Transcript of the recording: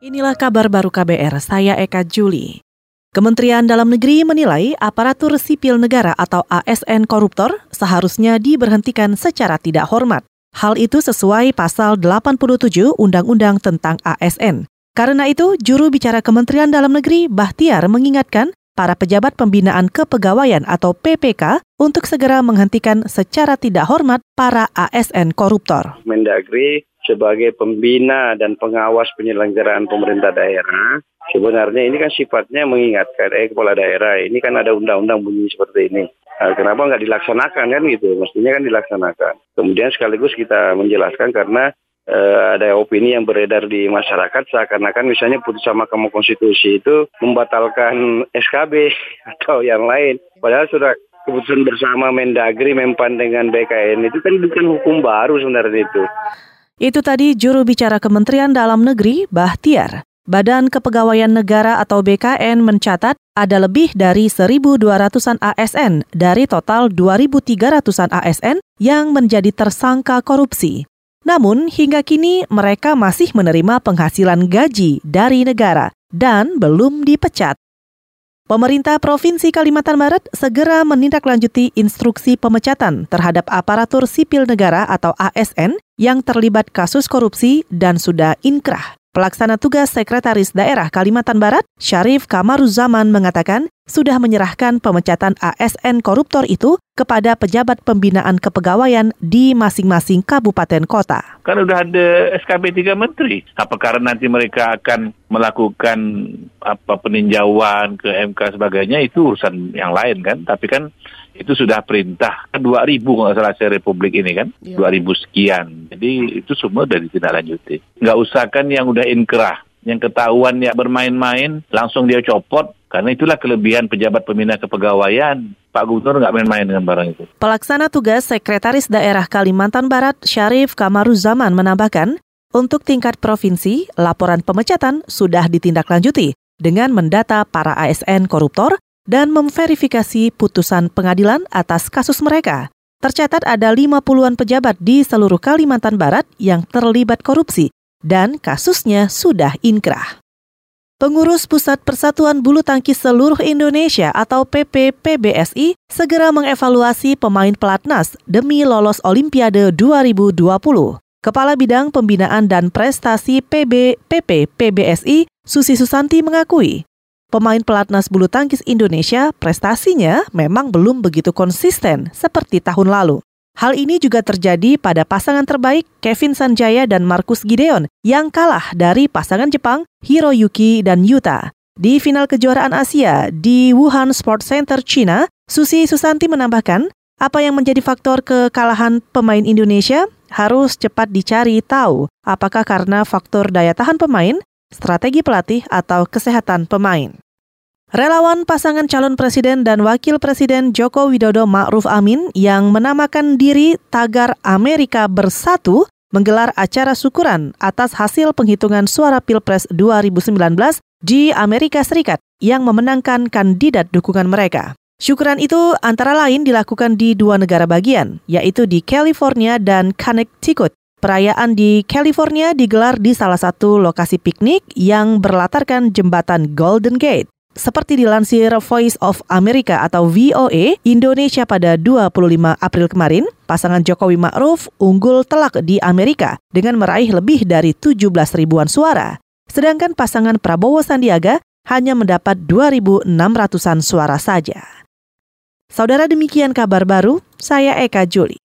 Inilah kabar baru KBR, saya Eka Juli. Kementerian Dalam Negeri menilai aparatur sipil negara atau ASN koruptor seharusnya diberhentikan secara tidak hormat. Hal itu sesuai pasal 87 Undang-Undang tentang ASN. Karena itu, juru bicara Kementerian Dalam Negeri Bahtiar mengingatkan para pejabat pembinaan kepegawaian atau PPK untuk segera menghentikan secara tidak hormat para ASN koruptor. Mendagri sebagai pembina dan pengawas penyelenggaraan pemerintah daerah, sebenarnya ini kan sifatnya mengingatkan kepala daerah, ini kan ada undang-undang bunyi seperti ini. Kenapa nggak dilaksanakan kan gitu? Mestinya kan dilaksanakan. Kemudian sekaligus kita menjelaskan karena ada opini yang beredar di masyarakat seakan-akan misalnya putusan Mahkamah Konstitusi itu membatalkan SKB atau yang lain. Padahal sudah keputusan bersama Mendagri, Mempan dengan BKN itu kan bukan hukum baru sebenarnya itu. Itu tadi juru bicara Kementerian Dalam Negeri Bahtiar. Badan Kepegawaian Negara atau BKN mencatat ada lebih dari 1.200-an ASN dari total 2.300-an ASN yang menjadi tersangka korupsi. Namun hingga kini mereka masih menerima penghasilan gaji dari negara dan belum dipecat. Pemerintah Provinsi Kalimantan Barat segera menindaklanjuti instruksi pemecatan terhadap aparatur sipil negara atau ASN yang terlibat kasus korupsi dan sudah inkrah. Pelaksana tugas Sekretaris Daerah Kalimantan Barat, Syarif Kamaruzzaman mengatakan sudah menyerahkan pemecatan ASN koruptor itu kepada pejabat pembinaan kepegawaian di masing-masing kabupaten kota. Kan udah ada SKB 3 Menteri. Apakah nanti mereka akan melakukan peninjauan ke MK sebagainya, itu urusan yang lain kan. Tapi kan itu sudah perintah 2.000 kalau salah saya Republik ini kan, 2.000 sekian. Jadi itu semua udah ditindaklanjuti. Nggak usah kan yang udah inkrah, yang ketahuan ya bermain-main, langsung dia copot. Karena itulah kelebihan pejabat pembina kepegawaian. Pak Gubernur nggak main-main dengan barang itu. Pelaksana tugas Sekretaris Daerah Kalimantan Barat, Syarif Kamaruzzaman menambahkan, untuk tingkat provinsi, laporan pemecatan sudah ditindaklanjuti dengan mendata para ASN koruptor dan memverifikasi putusan pengadilan atas kasus mereka. Tercatat ada 50-an pejabat di seluruh Kalimantan Barat yang terlibat korupsi dan kasusnya sudah inkrah. Pengurus Pusat Persatuan Bulu Tangkis Seluruh Indonesia atau PPPBSI segera mengevaluasi pemain pelatnas demi lolos Olimpiade 2020. Kepala Bidang Pembinaan dan Prestasi PPPBSI, Susi Susanti mengakui, pemain pelatnas bulu tangkis Indonesia prestasinya memang belum begitu konsisten seperti tahun lalu. Hal ini juga terjadi pada pasangan terbaik Kevin Sanjaya dan Marcus Gideon yang kalah dari pasangan Jepang Hiroyuki dan Yuta. Di final kejuaraan Asia di Wuhan Sports Center, China, Susi Susanti menambahkan, apa yang menjadi faktor kekalahan pemain Indonesia harus cepat dicari tahu apakah karena faktor daya tahan pemain, strategi pelatih, atau kesehatan pemain. Relawan pasangan calon presiden dan wakil presiden Joko Widodo Ma'ruf Amin yang menamakan diri Tagar Amerika Bersatu menggelar acara syukuran atas hasil penghitungan suara Pilpres 2019 di Amerika Serikat yang memenangkan kandidat dukungan mereka. Syukuran itu antara lain dilakukan di 2 negara bagian, yaitu di California dan Connecticut. Perayaan di California digelar di salah satu lokasi piknik yang berlatarkan jembatan Golden Gate. Seperti dilansir Voice of America atau VOA Indonesia pada 25 April kemarin, pasangan Jokowi Ma'ruf unggul telak di Amerika dengan meraih lebih dari 17.000-an suara. Sedangkan pasangan Prabowo Sandiaga hanya mendapat 2.600-an suara saja. Saudara, demikian kabar baru, saya Eka Juli.